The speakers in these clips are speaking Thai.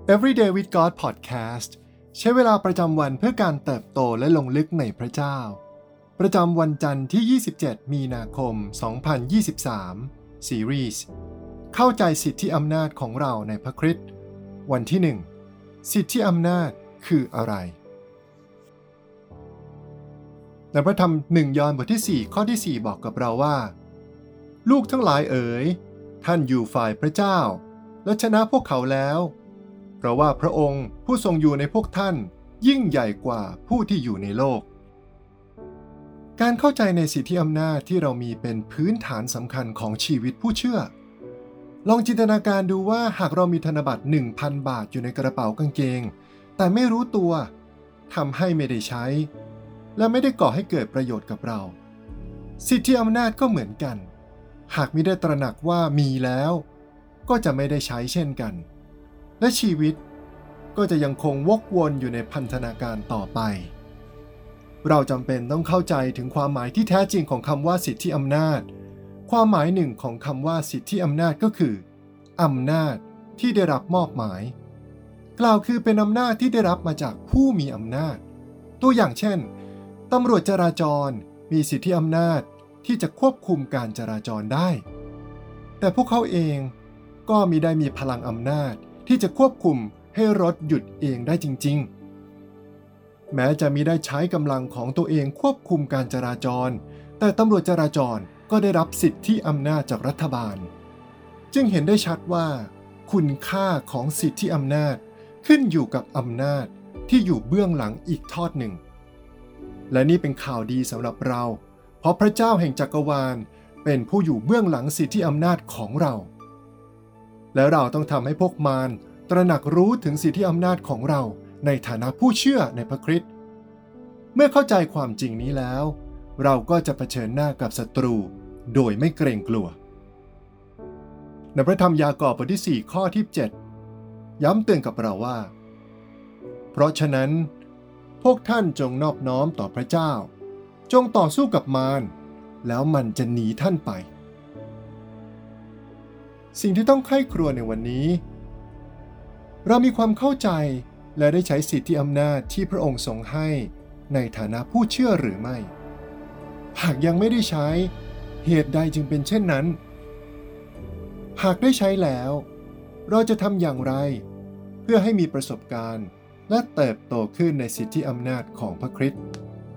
Everyday with God Podcast ใช้เวลาประจำวันเพื่อการเติบโตและลงลึกในพระเจ้าประจำวันจันทร์ที่ 27 มีนาคม 2023 ซีรีส์เข้าใจสิทธิอำนาจของเราในพระคริสต์วันที่ 1 สิทธิอำนาจคืออะไรในพระธรรม1 ยอห์นบทที่ 4 ข้อที่ 4 บอกกับเราว่าลูกทั้งหลายเอ๋ยท่านอยู่ฝ่ายพระเจ้าและชนะพวกเขาแล้วเพราะว่าพระองค์ผู้ทรงอยู่ในพวกท่านยิ่งใหญ่กว่าผู้ที่อยู่ในโลกการเข้าใจในสิทธิอำนาจที่เรามีเป็นพื้นฐานสำคัญของชีวิตผู้เชื่อลองจินตนาการดูว่าหากเรามีธนบัตร 1,000 บาทอยู่ในกระเป๋ากางเกงแต่ไม่รู้ตัวทำให้ไม่ได้ใช้และไม่ได้ก่อให้เกิดประโยชน์กับเราสิทธิอำนาจก็เหมือนกันหากมิได้ตระหนักว่ามีแล้วก็จะไม่ได้ใช้เช่นกันและชีวิตก็จะยังคงวกวนอยู่ในพันธนาการต่อไปเราจำเป็นต้องเข้าใจถึงความหมายที่แท้จริงของคำว่าสิทธิอำนาจความหมายหนึ่งของคำว่าสิทธิอำนาจก็คืออำนาจที่ได้รับมอบหมายกล่าวคือเป็นอำนาจที่ได้รับมาจากผู้มีอำนาจตัวอย่างเช่นตำรวจจราจรมีสิทธิอำนาจที่จะควบคุมการจราจรได้แต่พวกเขาเองก็มิได้มีพลังอำนาจที่จะควบคุมให้รถหยุดเองได้จริงๆแม้จะมิได้ใช้กำลังของตัวเองควบคุมการจราจรแต่ตำรวจจราจรก็ได้รับสิทธิอำนาจจากรัฐบาลจึงเห็นได้ชัดว่าคุณค่าของสิทธิอำนาจขึ้นอยู่กับอำนาจที่อยู่เบื้องหลังอีกทอดหนึ่งและนี่เป็นข่าวดีสำหรับเราเพราะพระเจ้าแห่งจักรวาลเป็นผู้อยู่เบื้องหลังสิทธิอำนาจของเราและเราต้องทำให้พวกมารตระหนักรู้ถึงสิทธิอำนาจของเราในฐานะผู้เชื่อในพระคริสต์เมื่อเข้าใจความจริงนี้แล้วเราก็จะเผชิญหน้ากับศัตรูโดยไม่เกรงกลัวในพระธรรมยากอบบทที่ 4 ข้อที่ 7 ย้ำเตือนกับเราว่าเพราะฉะนั้นพวกท่านจงนอบน้อมต่อพระเจ้าจงต่อสู้กับมารแล้วมันจะหนีท่านไปสิ่งที่ต้องใคร่ครวญในวันนี้เรามีความเข้าใจและได้ใช้สิทธิอำนาจที่พระองค์ทรงให้ในฐานะผู้เชื่อหรือไม่หากยังไม่ได้ใช้เหตุใดจึงเป็นเช่นนั้นหากได้ใช้แล้วเราจะทำอย่างไรเพื่อให้มีประสบการณ์และเติบโตขึ้นในสิทธิอำนาจของพระคริสต์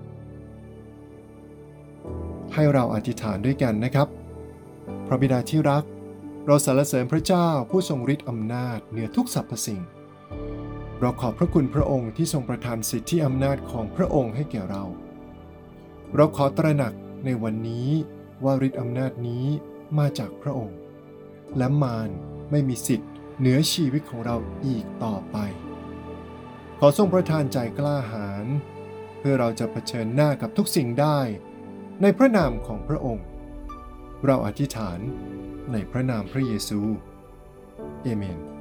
ให้เราอธิษฐานด้วยกันนะครับพระบิดาที่รักเราสรรเสริญพระเจ้าผู้ทรงฤทธิ์อำนาจเหนือทุกสรรพสิ่งเราขอบพระคุณพระองค์ที่ทรงประทานสิทธิอำนาจของพระองค์ให้แก่เราเราขอตระหนักในวันนี้ว่าฤทธิ์อำนาจนี้มาจากพระองค์และมารไม่มีสิทธิ์เหนือชีวิตของเราอีกต่อไปขอทรงประทานใจกล้าหาญเพื่อเราจะเผชิญหน้ากับทุกสิ่งได้ในพระนามของพระองค์เราอธิษฐานในพระนามพระเยซูเอเมน